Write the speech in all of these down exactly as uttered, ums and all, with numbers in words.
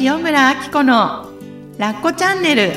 塩村あき子のラッコチャンネル。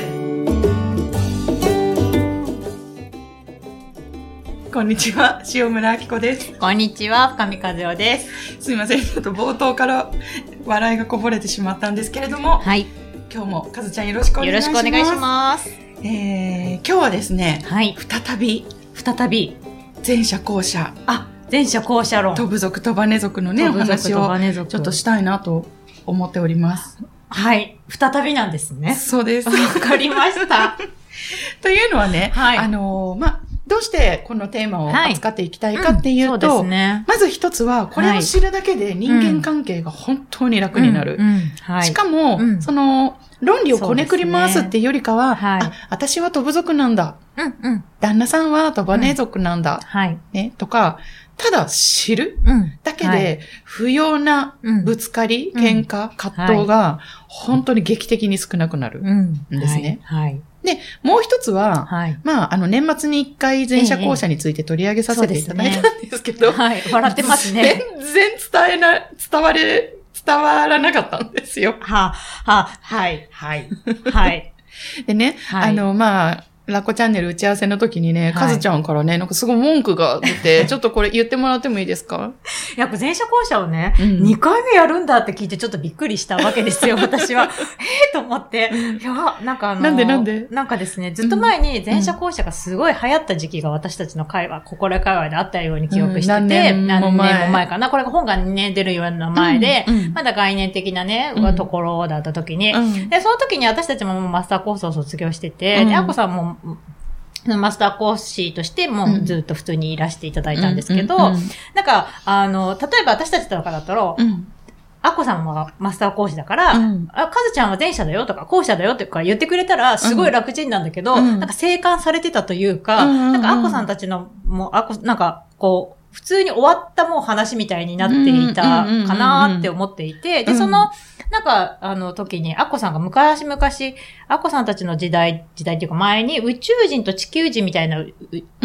こんにちは、塩村あき子です。 こんにちは、深見和代です。 すいません、ちょっと冒頭から笑いがこぼれてしまったんですけれども、 はい、 今日も和ちゃんよろしくお願いします。 よろしくお願いします。 えー、今日はですね、 はい、 再び再び前者後者、 あ、前者後者論、 飛ぶ族飛ばね族のねお話をちょっとしたいなと思っております。 はい、再びなんですね。 そうです。 わかりました。 というのはね、はい、あのー、まあ、どうしてこのテーマを扱っていきたいかっていうと、はいうん、そうですね、まず一つは、これを知るだけで人間関係が本当に楽になる。しかも、うん、その、論理をこねくり回すっていうよりかは、ねはい、あ、私は飛ぶ族なんだ。うんうん、旦那さんは飛ばねえ族なんだ。うんはいね、とか、ただ知る、うん、だけで、はい、不要なぶつかり、うん、喧嘩、葛藤が本当に劇的に少なくなるんですね。うんはいはいで、もう一つは、はい、まあ、あの、年末に一回前者後者について取り上げさせていただいたんですけど、ええね、 はい、笑ってますね。 全然伝えな、伝われ、伝わらなかったんですよ。 は、は、はい、はい、はい。 でね、はい、あの、まあ、ラッコチャンネル打ち合わせの時にね、カズちゃんからね、なんかすごい文句が出て、ちょっとこれ言ってもらってもいいですか？ いや、前者後者をね、うん、にかいめやるんだって聞いてちょっとびっくりしたわけですよ、私は。ええと思って。いや、なんかあの、 なんでなんでなんかですね、ずっと前に前者後者がすごい流行った時期が私たちの会話、心界隈であったように記憶してて、うん、何年も前。何年も前かな。これが本がね、出るような前で、うんうん、まだ概念的なね、うん、ところだった時に、うん、で、その時に私たちもマスターコースを卒業してて、うん、で、アッコさんも、マスター講師としてもずっと普通にいらしていただいたんですけど、うんうんうん、なんか、あの、例えば私たちとかだったら、うん、アッコさんはマスター講師だから、うん、あ、カズちゃんは前者だよとか後者だよとか言ってくれたらすごい楽ちんなんだけど、うん、なんか静観されてたというか、うんうんうん、なんかアッコさんたちの、もう、アッコ、なんか、こう、普通に終わったもう話みたいになっていたかなって思っていて、で、その、なんか、あの時に、アッコさんが昔々、アッコさんたちの時代、時代っていうか前に宇宙人と地球人みたいな、うん、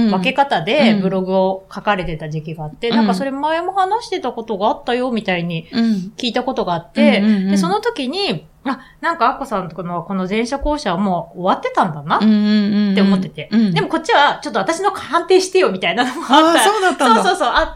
分け方でブログを書かれてた時期があって、うん、なんかそれ前も話してたことがあったよみたいに聞いたことがあって、うんうんうんうん、で、その時に、あ、なんかアッコさんとこのこの前者後者はもう終わってたんだなって思ってて、うんうんうん。でもこっちはちょっと私の判定してよみたいなのもあった。 あ、そうだったんだ。 そうそうそう、あって。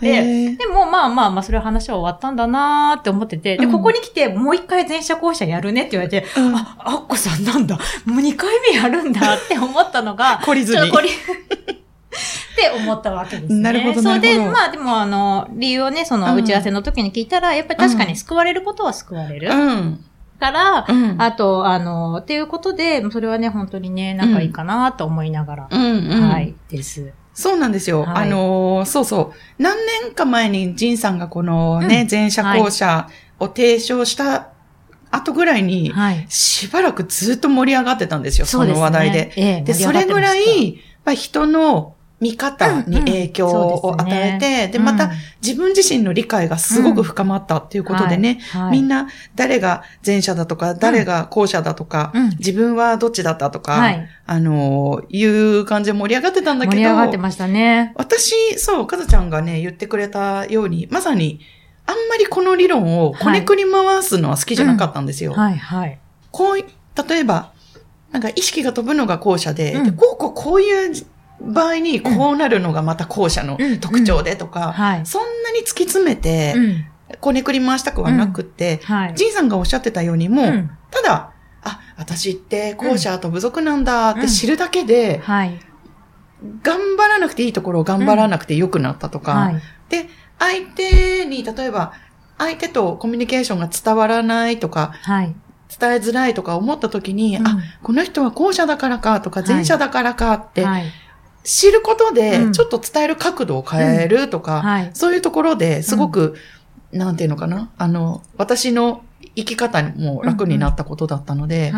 でもまあまあまあ、それは話は終わったんだなーって思ってて、で、ここに来てもう一回前者後者やるねって言われて、うん、あ、アッコさんなんだ。もう二回目やるんだって思ったのが、 懲りずに。 ちょっと懲りって思ったわけですね。 なるほど、なるほど。 そうで、まあでもあの、理由をね、その打ち合わせの時に聞いたら、うん、やっぱり確かに救われることは救われる。うんから、うん、あと、あの、っていうことで、それはね、本当にね、仲いいかなと思いながら、うんうんうん、はい、です。 そうなんですよ。はい、あの、そうそう。何年か前にジンさんがこのね、うん、前者後者を提唱した後ぐらいに、はい、しばらくずっと盛り上がってたんですよ、その話題で。ええ、で、それぐらい、まあ、人の見方に影響を与えて、うんうんでね、で、また自分自身の理解がすごく深まったっていうことでね、うんはいはい、みんな誰が前者だとか、誰が後者だとか、うん、自分はどっちだったとか、はい、あの、いう感じで盛り上がってたんだけど、 盛り上がってましたね。 私、そう、かずちゃんがね、言ってくれたように、まさに、あんまりこの理論をこねくり回すのは好きじゃなかったんですよ。 はい、うん、はい、はい。 こう、例えば、なんか意識が飛ぶのが後者で、うん、でこうこうこういう場合にこうなるのがまた後者の特徴でとか、うんうんはい、そんなに突き詰めて、うん、こねくり回したくはなくって、うんはい、ジンさんがおっしゃってたようにも、うん、ただ、あ、私って後者と部族なんだって知るだけで、うんはい、頑張らなくていいところを頑張らなくてよくなったとか、うんはい、で、相手に、例えば、相手とコミュニケーションが伝わらないとか、はい伝えづらいとか思った時に、うん、あ、この人は後者だからかとか前者だからかって、はいはい知ることで、ちょっと伝える角度を変えるとか、うんはい、そういうところですごく、うん、なんていうのかな、あの、私の生き方にも楽になったことだったので、うんはい、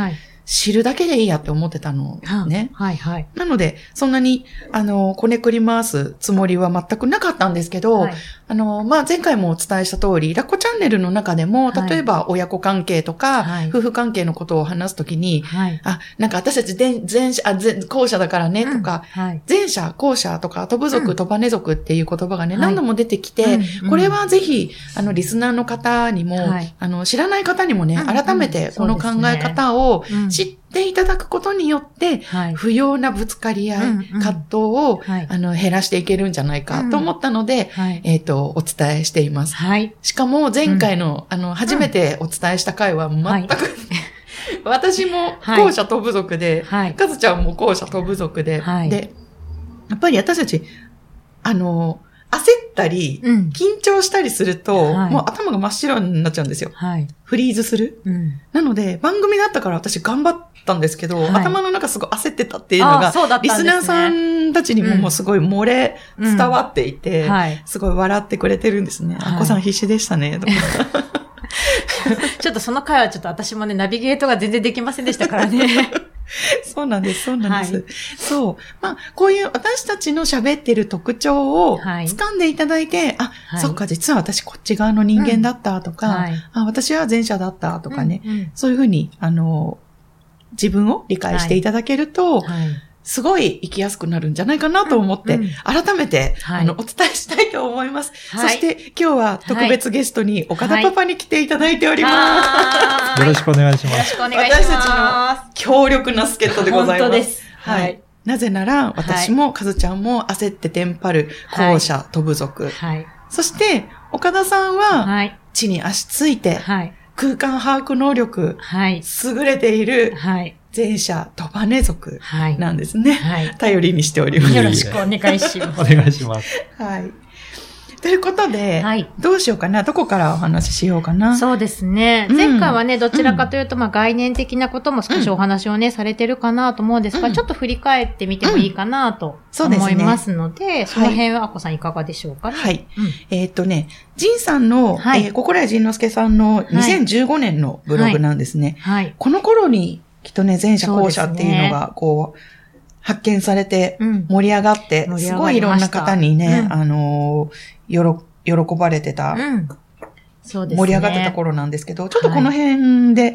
知るだけでいいやって思ってたのね。 はいはい。 なので、そんなに、あの、こねくり回すつもりは全くなかったんですけど、はい、あの、まあ、前回もお伝えした通り、ラッコチャンネルの中でも、例えば親子関係とか、はい、夫婦関係のことを話すときに、はい、あ、なんか私たち前、前者、あ、前、後者だからね、とか、うんはい、前者、後者とか、飛ぶ族、飛ばね族っていう言葉がね、うん、何度も出てきて、はい、これはぜひ、あの、リスナーの方にも、はい、あの、知らない方にもね、改めてこの考え方を知っていただくことによって、はい、不要なぶつかり合い、うんうん、葛藤を、はい、あの減らしていけるんじゃないかと思ったので、うんはい、えっと、お伝えしています。はい、しかも前回の、うん、あの、初めてお伝えした回は全く、はい、私も後者飛ぶ族で、はい、かずちゃんも後者飛ぶ族で、はい、で、やっぱり私たち、あの、焦ったり、うん、緊張したりすると、はい、もう頭が真っ白になっちゃうんですよ。はい、フリーズする、うん。なので、番組だったから私頑張ったんですけど、はい、頭の中すごい焦ってたっていうのが、ね、リスナーさんたちにももうすごい漏れ伝わっていて、うんはい、すごい笑ってくれてるんですね。はい、あこさん必死でしたね、とか。 ちょっとその回はちょっと私もね、ナビゲートが全然できませんでしたからね。 そうなんです、そうなんです。はい、そう。まあ、こういう私たちの喋ってる特徴を掴んでいただいて、はい、あ、はい、そっか、実は私こっち側の人間だったとか、うんはい、あ私は前者だったとかね、うんうん、そういうふうに、あの、自分を理解していただけると、はいはいすごい生きやすくなるんじゃないかなと思って、うんうん、改めて、はい、あの、お伝えしたいと思います。はい、そして、今日は特別ゲストに岡田パパに来ていただいております。 はい、よろしくお願いします。よろしくお願いします。 私たちの強力な助っ人でございます。 本当です。 はい。はい、なぜなら、私も、かずちゃんも焦ってテンパる後者飛ぶ族。はい。そして、岡田さんは、はい、地に足ついて、はい、空間把握能力、はい、優れている、はい、前者、飛ばね族なんですね、はいはい。頼りにしております。 よろしくお願いします。 お願いします。 はい。ということで、はい、どうしようかな、どこからお話ししようかな。 そうですね。うん、前回はね、どちらかというと、まあ概念的なことも少しお話をね、うん、されてるかなと思うんですが、うん、ちょっと振り返ってみてもいいかなと思いますので、うん そ, でね、その辺はあこさんいかがでしょうかね。 はい。うん、えー、っとね、ジンさんの、はい、えー、心谷仁之助さんのにせんじゅうごねんのブログなんですね。はいはい、この頃に、きっとね、前者後者っていうのが、こう、発見されて、盛り上がって、うん、すごいいろんな方にね、うん、あのー、よろ、喜ばれてた、うん、そうですね、盛り上がってた頃なんですけど、ちょっとこの辺で、はい、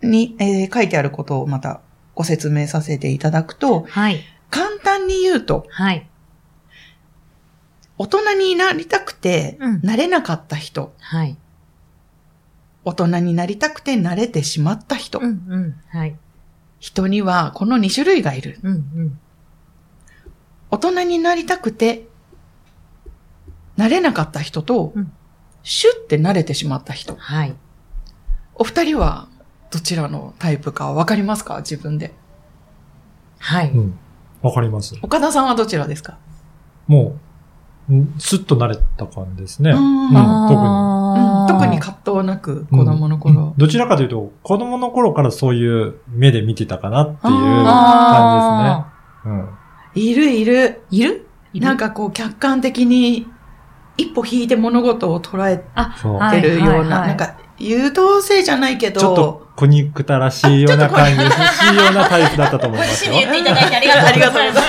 に、えー、書いてあることをまたご説明させていただくと、はい、簡単に言うと、はい、大人になりたくて、なれなかった人、はい、大人になりたくて慣れてしまった人、うんうんはい、人にはこのに種類がいる、うんうん、大人になりたくて慣れなかった人と、うん、シュッて慣れてしまった人、はい、お二人はどちらのタイプかわかりますか？自分で。 はい。 うん。わかります。 岡田さんはどちらですか？ もう、スッと慣れた感じですね。うん、うん、特に、うん。 特に葛藤なく、子供の頃、うんうん。 どちらかというと、子供の頃からそういう目で見てたかなっていう感じですね。うん。 いるいる。 いる？いる？ なんかこう、客観的に、一歩引いて物事を捉えてるような、なんか、優等生じゃないけど、 ちょっと、小憎たらしいような感じ、欲しいようなタイプだったと思いますよ。 ご自身で言っていただいてありがとうございます。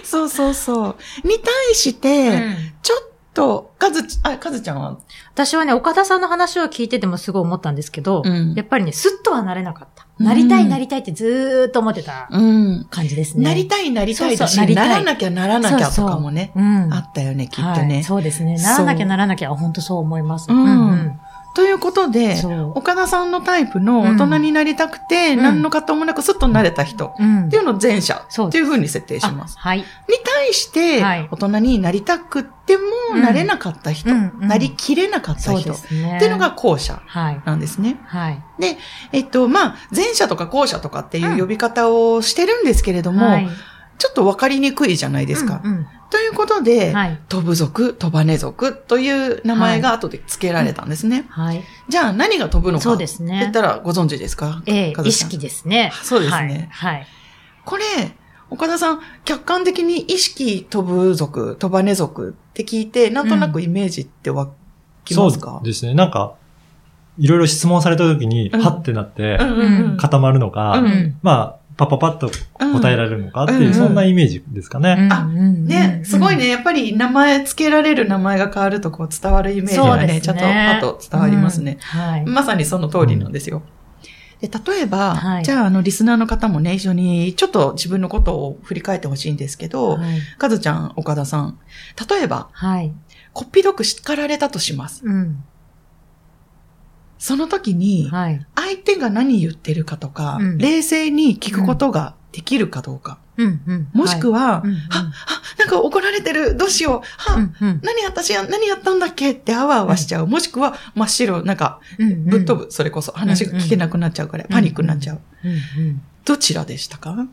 そうそうそう。に対して、うん、ちょっと、かず、あ、かずちゃんは私はね、岡田さんの話を聞いててもすごい思ったんですけど、うん、やっぱりね、スッとはなれなかった。なりたいなりたいってずーっと思ってた感じですね。 うん、なりたいなりたいだし、そうそうならなきゃならなきゃとかもね、そうそう、うん、あったよね、きっとね、はい。そうですね。ならなきゃならなきゃ、本当そう思います。 うんうんうんということで、岡田さんのタイプの大人になりたくて、うん、何の葛藤もなくスッとなれた人っていうのを前者っていう風に設定します。はい。に対して、大人になりたくってもなれなかった人、うんうん、なりきれなかった人っていうのが後者なんですね。はい。で、えっと、まあ、前者とか後者とかっていう呼び方をしてるんですけれども、はい、ちょっとわかりにくいじゃないですか。うんうんということで、はい、飛ぶ族、飛ばね族という名前が後で付けられたんですね。はい。じゃあ何が飛ぶのかそうですね。って言ったらご存知ですか？ ええー、意識ですね。 そうですね。はい。はい、これ、岡田さん、客観的に意識飛ぶ族、飛ばね族って聞いて、なんとなくイメージって湧きますか？ うん、そうですね。なんか、 いろいろ質問された時に、はってなって、固まるのか、まあ、パパパッと答えられるのかっていう、そんなイメージですかね。 あ、ね、すごいね。やっぱり名前付けられる名前が変わるとこう伝わるイメージがね、ちょっとパッと伝わりますね。まさにその通りなんですよ。で、例えば、はい、じゃあ、あの、リスナーの方もね、一緒に、ちょっと自分のことを振り返ってほしいんですけど、はい、かずちゃん、岡田さん。例えば、はい、こっぴどく叱られたとします。うん、その時に、はい、相手が何言ってるかとか、うん、冷静に聞くことができるかどうか。うんうん、もしくは、はい、は、は、なんか怒られてる、どうしよう、は、うんうん、何私や、何やったんだっけってあわあわしちゃう。うん、もしくは、真っ白、なんか、うんうん、ぶっ飛ぶ、それこそ話が聞けなくなっちゃうから、うんうん、パニックになっちゃう。うんうん、どちらでしたか？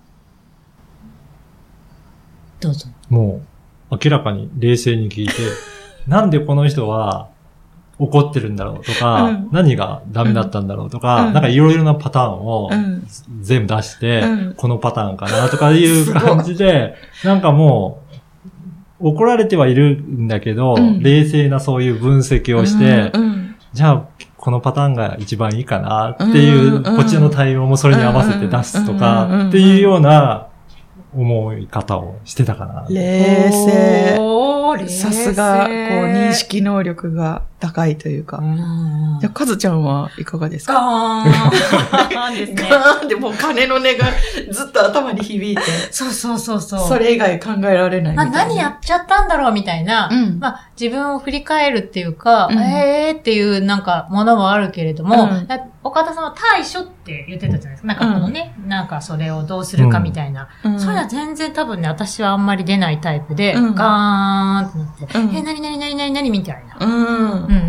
どうぞ。 もう、明らかに冷静に聞いて、なんでこの人は、怒ってるんだろうとか、うん、何がダメだったんだろうとか、うん、なんかいろいろなパターンを全部出して、うん、このパターンかなとかいう感じで、なんかもう、怒られてはいるんだけど、うん、冷静なそういう分析をして、うんうん、じゃあ、このパターンが一番いいかなっていう、うん、こっちの対応もそれに合わせて出すとか、っていうような思い方をしてたかな。 冷静。さすが、こう、認識能力が高いというか。じゃあ、かずちゃんはいかがですか？ ガーンですね。 ガーンでもう鐘の音がずっと頭に響いて。 そうそうそうそう。 それ以外考えられないみたいな。 まあ、何やっちゃったんだろうみたいな。うん、まあ、自分を振り返るっていうか、うん、えーっていうなんかものもあるけれども、うん、岡田さんは対処って言ってたじゃないですか。なんかこのね、うん、なんかそれをどうするかみたいな。うん、それは全然多分ね、私はあんまり出ないタイプで、うん、ガーンってなって、うん、え、なになになになになにみたいな。うんうんうん、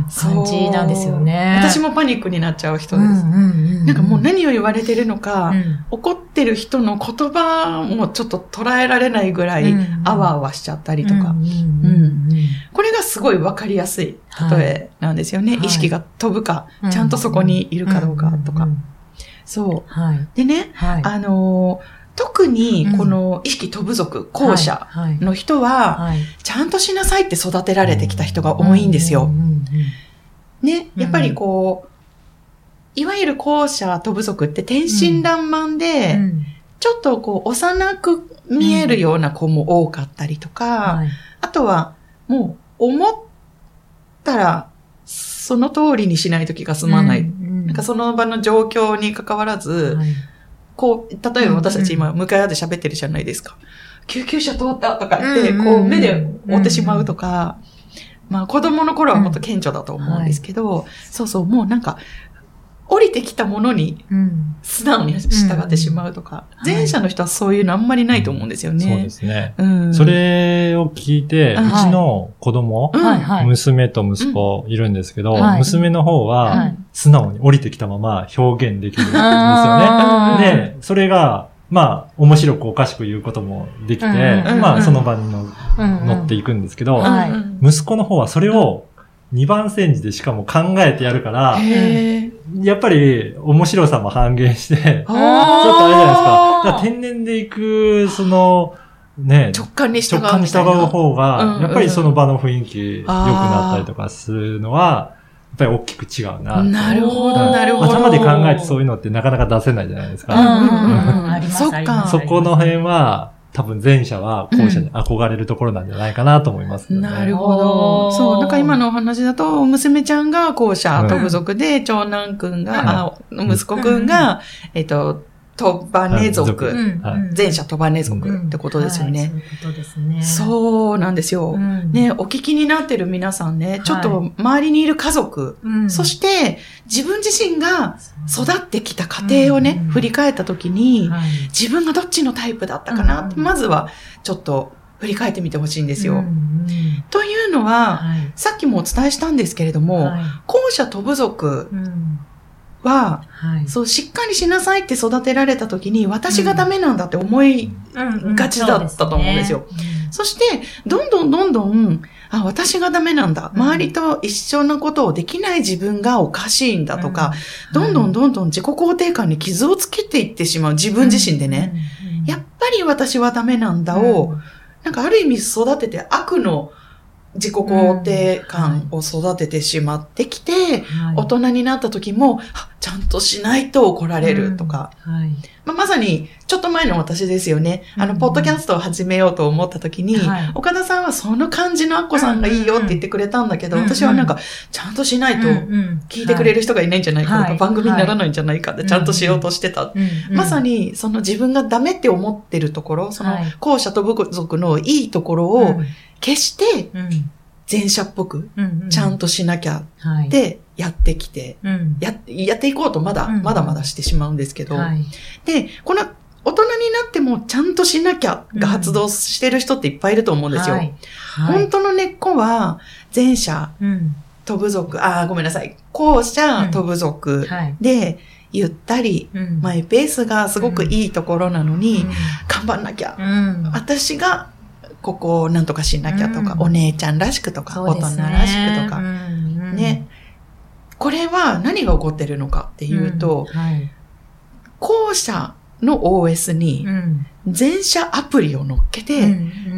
感じなんですよね。 私もパニックになっちゃう人です。うんうんうん、なんかもう何を言われてるのか、うん、怒ってる人の言葉もちょっと捉えられないぐらい、あわあわしちゃったりとか。これがすごいわかりやすい例えなんですよね。はい、意識が飛ぶか、はい、ちゃんとそこにいるかどうかとか。うんうんうん、そう。はい、でね、はい、あのー、特にこの意識飛ぶ族、後者の人は、ちゃんとしなさいって育てられてきた人が多いんですよ。ね、やっぱりこう、いわゆる後者飛ぶ族って天真爛漫で、ちょっとこう幼く見えるような子も多かったりとか、あとはもう思ったらその通りにしないと気が済まない。なんかその場の状況に関わらず、こう、例えば私たち今向かい合って喋ってるじゃないですか。救急車通ったとかって、こう目で追ってしまうとか、まあ子供の頃はもっと顕著だと思うんですけど、そうそう、もうなんか、降りてきたものに素直に従ってしまうとか、前者の人はそういうのあんまりないと思うんですよね。 そうですね。うん、それを聞いて、うちの子供、はい、娘と息子いるんですけど、はい、娘の方は素直に降りてきたまま表現できるんですよね。で、それが、まあ、面白くおかしく言うこともできて、まあ、その場にの乗っていくんですけど、息子の方はそれを二番煎じでしかも考えてやるから、やっぱり面白さも半減して、ちょっとあれじゃないですか。だから天然でいく、その、ね、 直感に従う。 直感に従う方が、やっぱりその場の雰囲気良くなったりとかするのは、やっぱり大きく違うな。 なるほど、なるほど。 頭で考えてそういうのってなかなか出せないじゃないですか。 あります、 そっか。 そこの辺は、多分前者は後者に憧れるところなんじゃないかなと思いますけどね。 なるほど。そう。なんか今のお話だと、娘ちゃんが後者、飛ぶ族で、長男くんが、あ、息子くんが、えっと、飛ばね族、前者飛ばね族ってことですよね。 そういうことですね。 そうなんですよ。ね、お聞きになってる皆さんね、ちょっと周りにいる家族、そして自分自身が育ってきた家庭をね、振り返ったときに、自分がどっちのタイプだったかなって、まずはちょっと振り返ってみてほしいんですよ。というのは、さっきもお伝えしたんですけれども、後者飛ぶ族、は、はい、そう、しっかりしなさいって育てられた時に、私がダメなんだって思いがちだったと思うんですよ。そして、どんどんどんどん、あ、私がダメなんだ。周りと一緒のことをできない自分がおかしいんだとか、うん、どんどんどんどん自己肯定感に傷をつけていってしまう自分自身でね、うん、やっぱり私はダメなんだを、うん、なんかある意味育てて悪の自己肯定感を育ててしまってきて、うんはい、大人になった時も、ちゃんとしないと怒られるとか。うんはいまあ、まさに、ちょっと前の私ですよね。あの、ポッドキャストを始めようと思った時に、うんはい、岡田さんはその感じのアッコさんがいいよって言ってくれたんだけど、うんうん、私はなんか、ちゃんとしないと聞いてくれる人がいないんじゃないかとか、はい、番組にならないんじゃないかってちゃんとしようとしてた。はい、まさに、その自分がダメって思ってるところ、その後者と部族のいいところを消して、うん前者っぽく、ちゃんとしなきゃってやってきて、うん、や, やっていこうとまだ、うん、まだまだしてしまうんですけど、はい、で、この大人になってもちゃんとしなきゃが発動してる人っていっぱいいると思うんですよ。はいはい、本当の根っこは前者と部族、あ、ごめんなさい、後者と部族で、ゆったり、うん、マイペースがすごくいいところなのに、うん、頑張んなきゃ、うん、私がここをなんとかしなきゃとか、うん、お姉ちゃんらしくとか、ね、大人らしくとか、うんうん、ね。これは何が起こってるのかっていうと、うんはい、後者の オーエス に前者アプリを乗っけて、うん、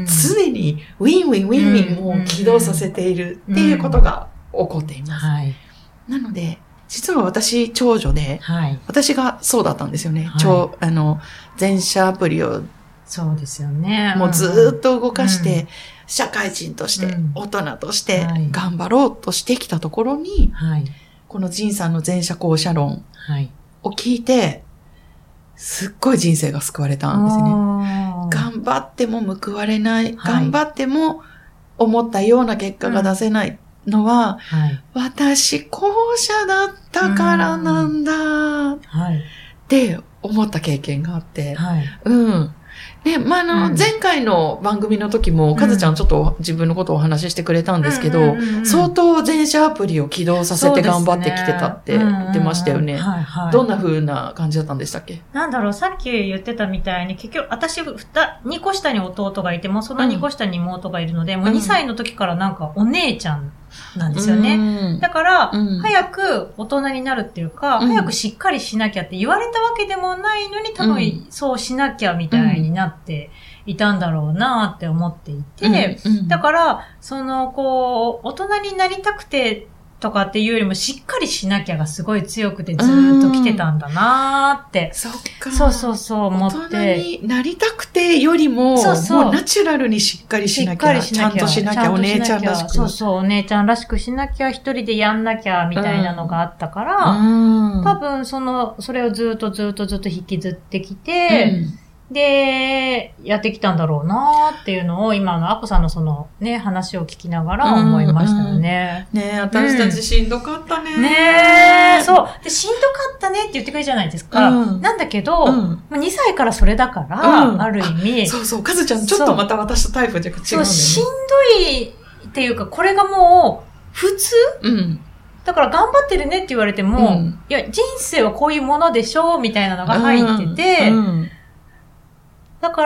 常にウィンウィンウィンウィンを起動させているっていうことが起こっています。うんはい、なので、実は私、長女で、はい、私がそうだったんですよね。はい、長あの前者アプリをそうですよね。 もうずーっと動かして、うん、社会人として、うん、大人として頑張ろうとしてきたところに、はい、この仁さんの前者後者論を聞いて、すっごい人生が救われたんですね。頑張っても報われない、はい、頑張っても思ったような結果が出せないのは、うんはい、私後者だったからなんだ、って思った経験があって、はい、うんね、まあ、あの、うん、前回の番組の時も、かずちゃんちょっと自分のことをお話ししてくれたんですけど、うんうんうんうん、相当前者アプリを起動させて頑張ってきてたって言ってましたよね。はいはい、どんな風な感じだったんでしたっけ？ なんだろう、さっき言ってたみたいに、結局、私、にこ下に弟がいても、そのにこ下に妹がいるので、うん、もうにさいの時からなんかお姉ちゃんなんですよね。うん、だから、うん、早く大人になるっていうか、うん、早くしっかりしなきゃって言われたわけでもないのに、多分、そうしなきゃみたいになっていたんだろうなって思っていて、うんうん、だから、その、こう、大人になりたくて、とかっていうよりもしっかりしなきゃがすごい強くてずーっと来てたんだなーって。 そっか。 そうそうそう思って。 大人になりたくてよりも、そうそうもうナチュラルにしっかりしなきゃ。しっかりしなきゃ。ちゃんとしなきゃ、お姉ちゃんらしく。 そうそう、お姉ちゃんらしくしなきゃ、一人でやんなきゃ、みたいなのがあったから、うん、多分その、それをずーっとずーっとずっと引きずってきて、うんで、やってきたんだろうなーっていうのを、今のアコさんのそのね、話を聞きながら思いましたよね。 うんうん、ねえ、私たちしんどかったね、 うん。ねえ、そう。で、しんどかったねって言ってくれるじゃないですか。うん、なんだけど、うん、もうにさいからそれだから、うん、ある意味。 そうそう、かずちゃんちょっとまた私とタイプじゃ違うんだよね。そう、 しんどいっていうか、これがもう、普通、うんだから頑張ってるねって言われても、うん、いや、人生はこういうものでしょうみたいなのが入ってて、うんうんだから、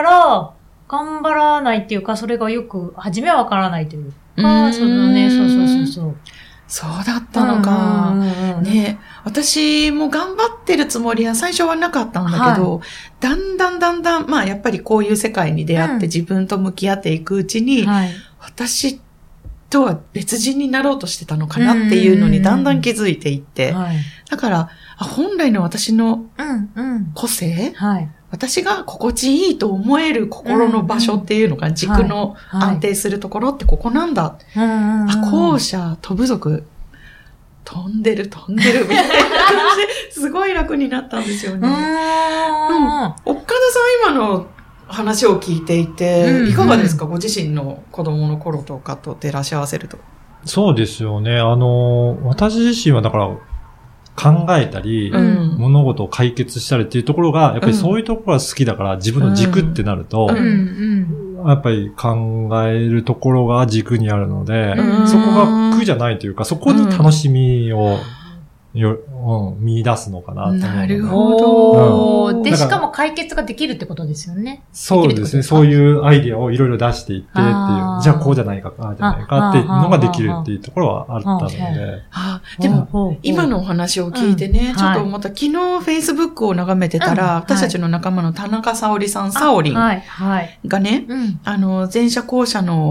頑張らないっていうか、それがよく、初めはわからないというか、そのね、そうそうそうそう。 そうだったのか。ね、私も頑張ってるつもりは最初はなかったんだけど、はい、だんだんだんだん、まあやっぱりこういう世界に出会って自分と向き合っていくうちに、うんはい、私とは別人になろうとしてたのかなっていうのにだんだん気づいていって、はい、だから、本来の私の個性、うんうんはい私が心地いいと思える心の場所っていうのが、うんうん、軸の安定するところってここなんだ。はいはい、あ、後者、飛部族、飛んでる飛んでるみたいな感じですごい楽になったんですよね。うん、岡田さん今の話を聞いていて、うんうん、いかがですかご自身の子供の頃とかと照らし合わせると。 そうですよね。あの、私自身はだから、考えたり、うん、物事を解決したりっていうところが、やっぱりそういうところが好きだから、自分の軸ってなると、うんうん、やっぱり考えるところが軸にあるので、うん、そこが苦じゃないというか、そこに楽しみを、ようん、見出すのかなと思う。 なるほど、うん。で、しかも解決ができるってことですよね。 そうですね。そういうアイディアをいろいろ出していってっていう、じゃあこうじゃないか、ああじゃないかっていうのができるっていうところはあったので。 あでも、今のお話を聞いてね、うん、ちょっとまた昨日 Facebook を眺めてたら、うん、私たちの仲間の田中沙織さん、沙織がね、はいはい、あの、前者後者の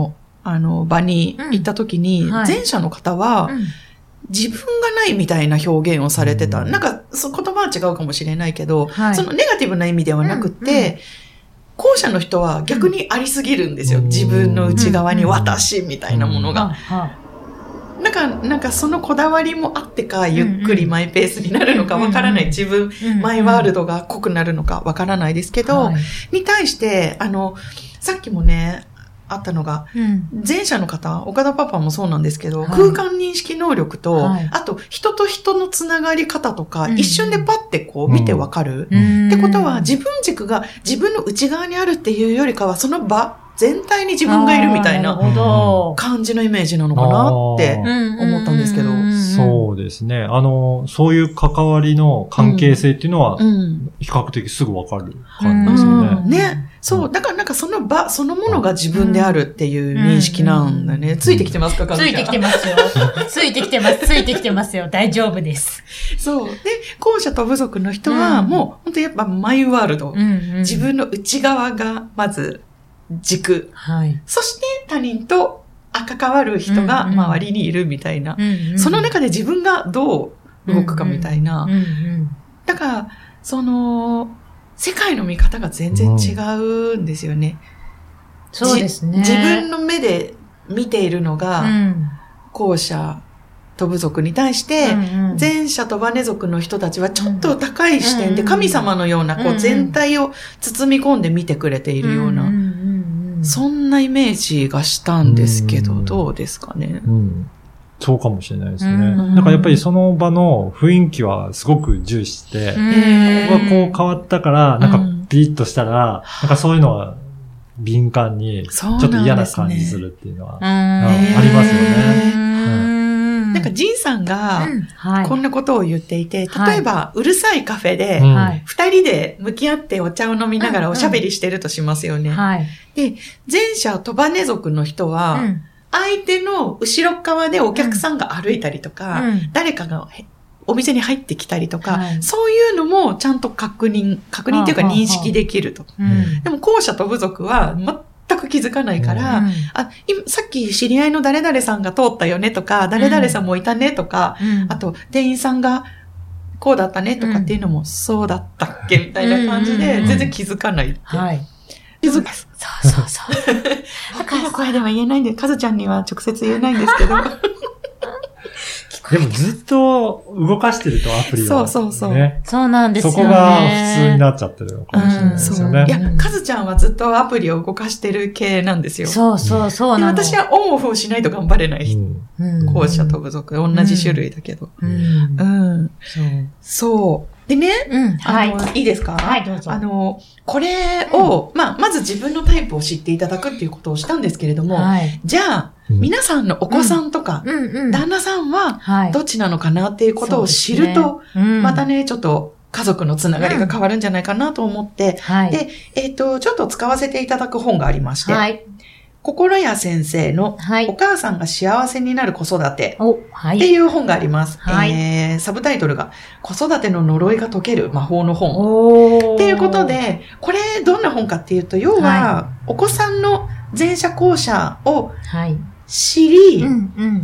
あの、場に行った時に、うんはい、前者の方は、うん、自分がないみたいな表現をされてた。うん、なんか、そ言葉は違うかもしれないけど、はい、そのネガティブな意味ではなくて、うんうん後者の人は逆にありすぎるんですよ。うん、自分の内側に私みたいなものが。うん、なんか、なんかそのこだわりもあってか、ゆっくりマイペースになるのかわからない。自分、マイワールドが濃くなるのかわからないですけど、はい、に対して、あの、さっきもね、あったのが、うん、前者の方、岡田パパもそうなんですけど、はい、空間認識能力と、はい、あと人と人のつながり方とか、うん、一瞬でパッてこう見てわかる、うん、ってことは自分軸が自分の内側にあるっていうよりかは、その場全体に自分がいるみたいな感じのイメージなのかなって思ったんですけど。 そうですね。あの、そういう関わりの関係性っていうのは、比較的すぐわかる感じですよね。 うんうん、ね。そう。だからなんかその場そのものが自分であるっていう認識なんだね。うん、ついてきてますか、 かずちゃん。ついてきてますよ。ついてきてます。ついてきてますよ。大丈夫です。 そう。で、後者と部族の人は、もう本当やっぱマイワールド。うんうん、自分の内側がまず軸。はい、そして他人と関わる人が周りにいるみたいな。うんうん、その中で自分がどう動くかみたいな。うんうんうん、だから、その、世界の見方が全然違うんですよね。 うん、そうですね。 自分の目で見ているのが、うん、後者と部族に対して、うんうん、前者とバネ族の人たちはちょっと高い視点で神様のようなこう全体を包み込んで見てくれているような、うんうんうんうん、そんなイメージがしたんですけど、うん、どうですかね。 うんそうかもしれないですね。なんかやっぱりその場の雰囲気はすごく重視して、ここがこう変わったから、なんかピリッとしたら、なんかそういうのは敏感にちょっと嫌な感じするっていうのは、ありますよね。 なんかジンさんがこんなことを言っていて、例えばうるさいカフェで二人で向き合ってお茶を飲みながらおしゃべりしてるとしますよね。で、前者トバネ族の人は、相手の後ろ側でお客さんが歩いたりとか、うん、誰かがお店に入ってきたりとか、はい、そういうのもちゃんと確認、確認というか認識できると。うん、でも後者と部族は全く気づかないから、うん、あ今さっき知り合いの誰々さんが通ったよねとか、誰々さんもいたねとか、うん、あと店員さんがこうだったねとかっていうのも、うん、そうだったっけみたいな感じで全然気づかないって。うんうんはいそうそうそう。 高い声では言えないんで、かずちゃんには直接言えないんですけど。 でもずっと動かしてるとアプリは、ね。 そうそうそう。 そうなんですよね。 そこが普通になっちゃってるのかもしれないですよね。うん、 いや、かずちゃんはずっとアプリを動かしてる系なんですよ。 そうそうそうなの。 で私はオンオフをしないと頑張れない。うん、後者と部族、同じ種類だけど。うん。うんうん、そう。そう。でね、うん、あの、はい、いいですか？ はい、どうぞ。 あの、これを、うん、まあ、まず自分のタイプを知っていただくっていうことをしたんですけれども、はい、じゃあ、うん、皆さんのお子さんとか、うんうんうん、旦那さんは、どっちなのかなっていうことを知ると、ねうん、またね、ちょっと、家族のつながりが変わるんじゃないかなと思って、うん、で、えっと、ちょっと使わせていただく本がありまして、はい、心谷先生の、お母さんが幸せになる子育てっていう本があります。はいえー、サブタイトルが、子育ての呪いが解ける魔法の本。っていうことで、これどんな本かっていうと、要は、はい、お子さんの前者後者を知り、はいうんうん、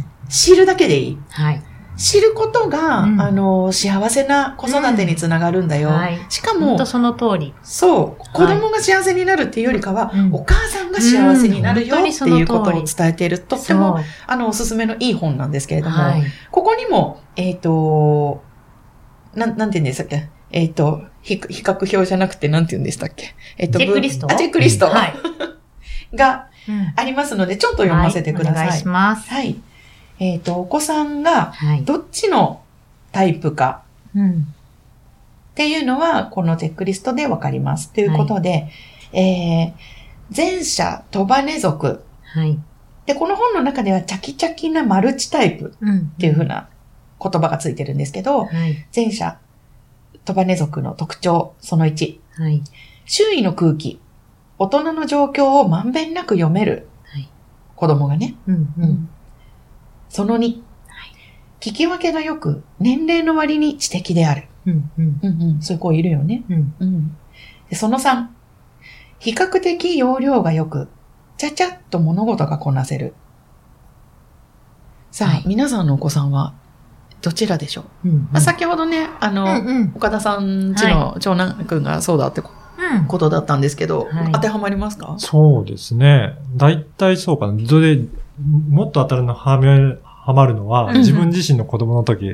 知るだけでいい。はい知ることが、うん、あの、幸せな子育てにつながるんだよ。うんはい、しかも、 本当その通り。 そう。子供が幸せになるっていうよりかは、はい、お母さんが幸せになるよっていうことを伝えている、とっても、あの、おすすめのいい本なんですけれども、はい、ここにも、えっと、なん、なんて言うんでしたっけえっと、比較表じゃなくて、なんて言うんでしたっけえっと、 チェックリストあ、チェックリスト、はい、がありますので、ちょっと読ませてください。はい、お願いします。 はい。えっと、お子さんがどっちのタイプかっていうのは、このチェックリストでわかります。ということで、はい、えー、前者、トバネ族。はい。で、この本の中では、チャキチャキなマルチタイプっていう風な言葉がついてるんですけど、はい、前者、トバネ族の特徴、そのいち。はい。周囲の空気、大人の状況をまんべんなく読める。はい。子供がね。うん、うんそのに、はい、聞き分けがよく、年齢の割に知的である。うんうんうんうん、そういう子いるよね、うんうんで。そのさん、比較的容量がよく、 ちゃちゃっと物事がこなせる。さあ、はい、皆さんのお子さんはどちらでしょう、うんうん、まあ、先ほどね、あの、うんうん、岡田さんちの長男くんがそうだってことだったんですけど、はい、当てはまりますか？ そうですね。大体そうかな。それで、もっと当たるのはめる、はまるのは、うん、自分自身の子供の時、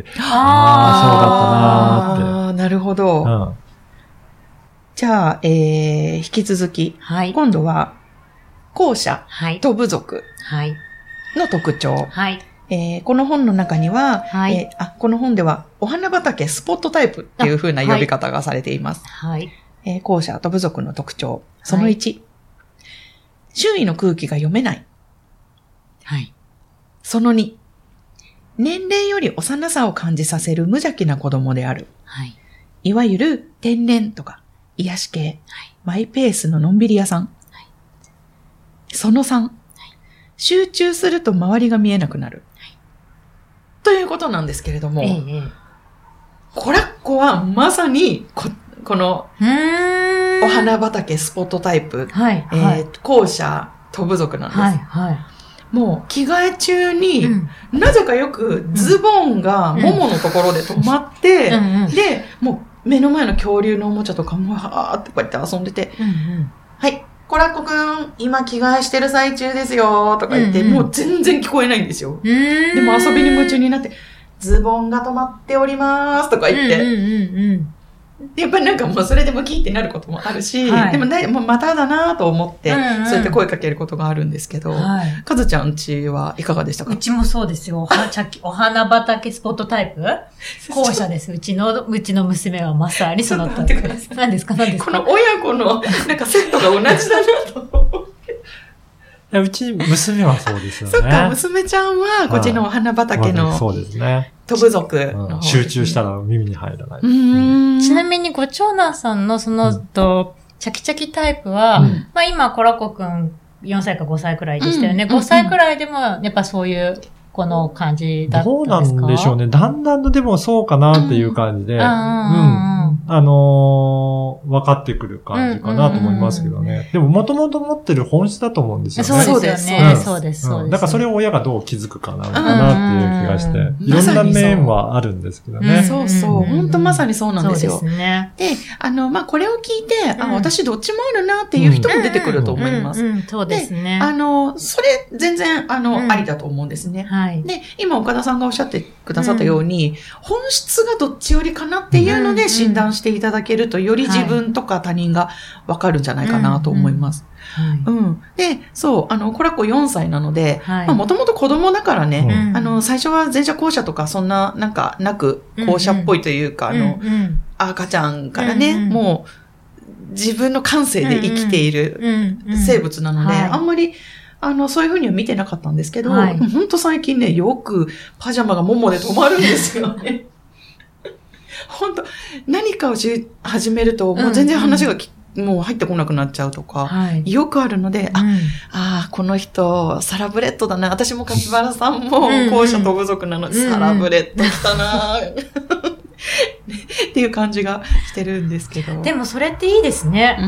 ああ、そうだったなーって。ああ、 なるほど。うん、じゃあ、えー、引き続き、はい、今度は、後者と部族の特徴。はい、えー、この本の中には、はい、えー、あ、この本では、お花畑スポットタイプっていう風な呼び方がされています。はい。えー、後者と部族の特徴。そのいち、はい、周囲の空気が読めない。はい。そのに、年齢より幼さを感じさせる無邪気な子供である。はい。いわゆる天然とか癒し系、はい、マイペースののんびり屋さん。はい。そのさん、はい、集中すると周りが見えなくなる。はい。ということなんですけれども、ええ、コラッコはまさにこ、この、お花畑スポットタイプ、はい、えー、後者と部族なんです。はい。はい。もう着替え中に、うん、なぜかよくズボンがもものところで止まって、うんうん、で、もう目の前の恐竜のおもちゃとかもはーってこうやって遊んでて、うんうん、はい、コラッコくん、今着替えしてる最中ですよとか言って、うんうん、もう全然聞こえないんですよ。でも遊びに夢中になって、ズボンが止まっておりますとか言って、うんうんうんうん、やっぱりなんかもうそれでもキーってなることもあるし、はい、でもだいもうまただなと思って、うんうん、そうやって声かけることがあるんですけど、はい、かずちゃんちはいかがでしたか？ うちもそうですよ。お花畑スポットタイプ後者です。うちの、うちの娘はまさにそのタイプです。何ですか何ですか？ この親子のなんかセットが同じだなと思って。 いや、うち娘はそうですよね。 そっか、娘ちゃんはこっちのお花畑の、はい、 そうですね。 と部族の、 うん、集中したら耳に入らない。うん、ちなみにご長男さんのその、うん、とチャキチャキタイプは、うん、まあ今コラコくんよんさいかごさいくらいでしたよね。うん、ごさいくらいでもやっぱそういうこの感じだったんですか？ どうなんでしょうね。だんだんとでもそうかなっていう感じで、うん、うん、あのー、分かってくる感じかなと思いますけどね。うんうんうん、でも元々持ってる本質だと思うんですよね。 そうですよね。うん、そうです、そうです。 だからそれを親がどう気づくかなのかなっていう気がして、うんうん、いろんな面はあるんですけどね。 そうそう。本当まさにそうなんですよ。そうですね。で、あの、まあ、これを聞いて、うん、あ、私どっちもあるなっていう人も出てくると思います。 うんうんうん、そうですね。 あの、それ全然、あの、うん、ありだと思うんですね。はい。で、今岡田さんがおっしゃってくださったように、うん、本質がどっちよりかなっていうので診断していただけると、より自分とか他人がわかるんじゃないかなと思います。うんうんうん、で、そう、あの、コラコよんさいなので、もともと子供だからね、うん、あの、最初は前者後者とかそんな、なんかなく、後者っぽいというか、うんうん、あの、うんうん、赤ちゃんからね、うんうん、もう、自分の感性で生きている生物なので、うんうんうん、あんまり、あの、そういうふうには見てなかったんですけど、はい、ほんと最近ね、よくパジャマがももで止まるんですよね。本当何かをし始めると、もう全然話がき、うんうん、もう入ってこなくなっちゃうとか、はい、よくあるので、あ、うん、あ、この人、サラブレッドだな。私も梶原さんも後者と部族なので、うんうん、サラブレッド来たなっていう感じがしてるんですけど。 でもそれっていいですね。うん、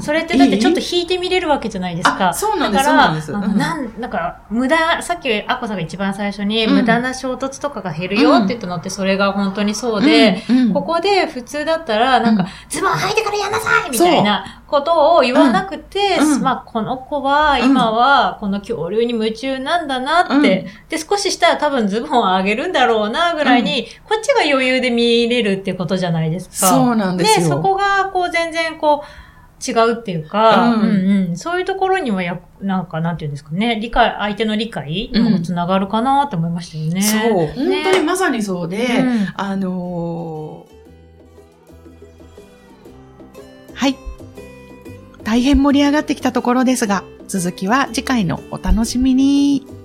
それってだってちょっと引いてみれるわけじゃないですか。 あ、そうなんです、そうなんです。 あの、なん、なんか、無駄、さっきアッコさんが一番最初に、無駄な衝突とかが減るよって言ったのって、それが本当にそうで、うんうん、ここで普通だったら、なんか、うん、ズボン履いてからやんなさいみたいなことを言わなくて、うん、まあ、この子は、今は、この恐竜に夢中なんだなって、うん、で、少ししたら多分ズボンを上げるんだろうな、ぐらいに、うん、こっちが余裕で見れるっていうことじゃないですか。 そうなんですよ。 で、そこが、こう、全然、こう、違うっていうか、うんうんうん、そういうところにはや、なんか、なんていうんですかね、理解、相手の理解にもつながるかなって思いましたよね。うん、 そう、ね、本当にまさにそうで、うん、あのー、はい。大変盛り上がってきたところですが、続きは次回のお楽しみに。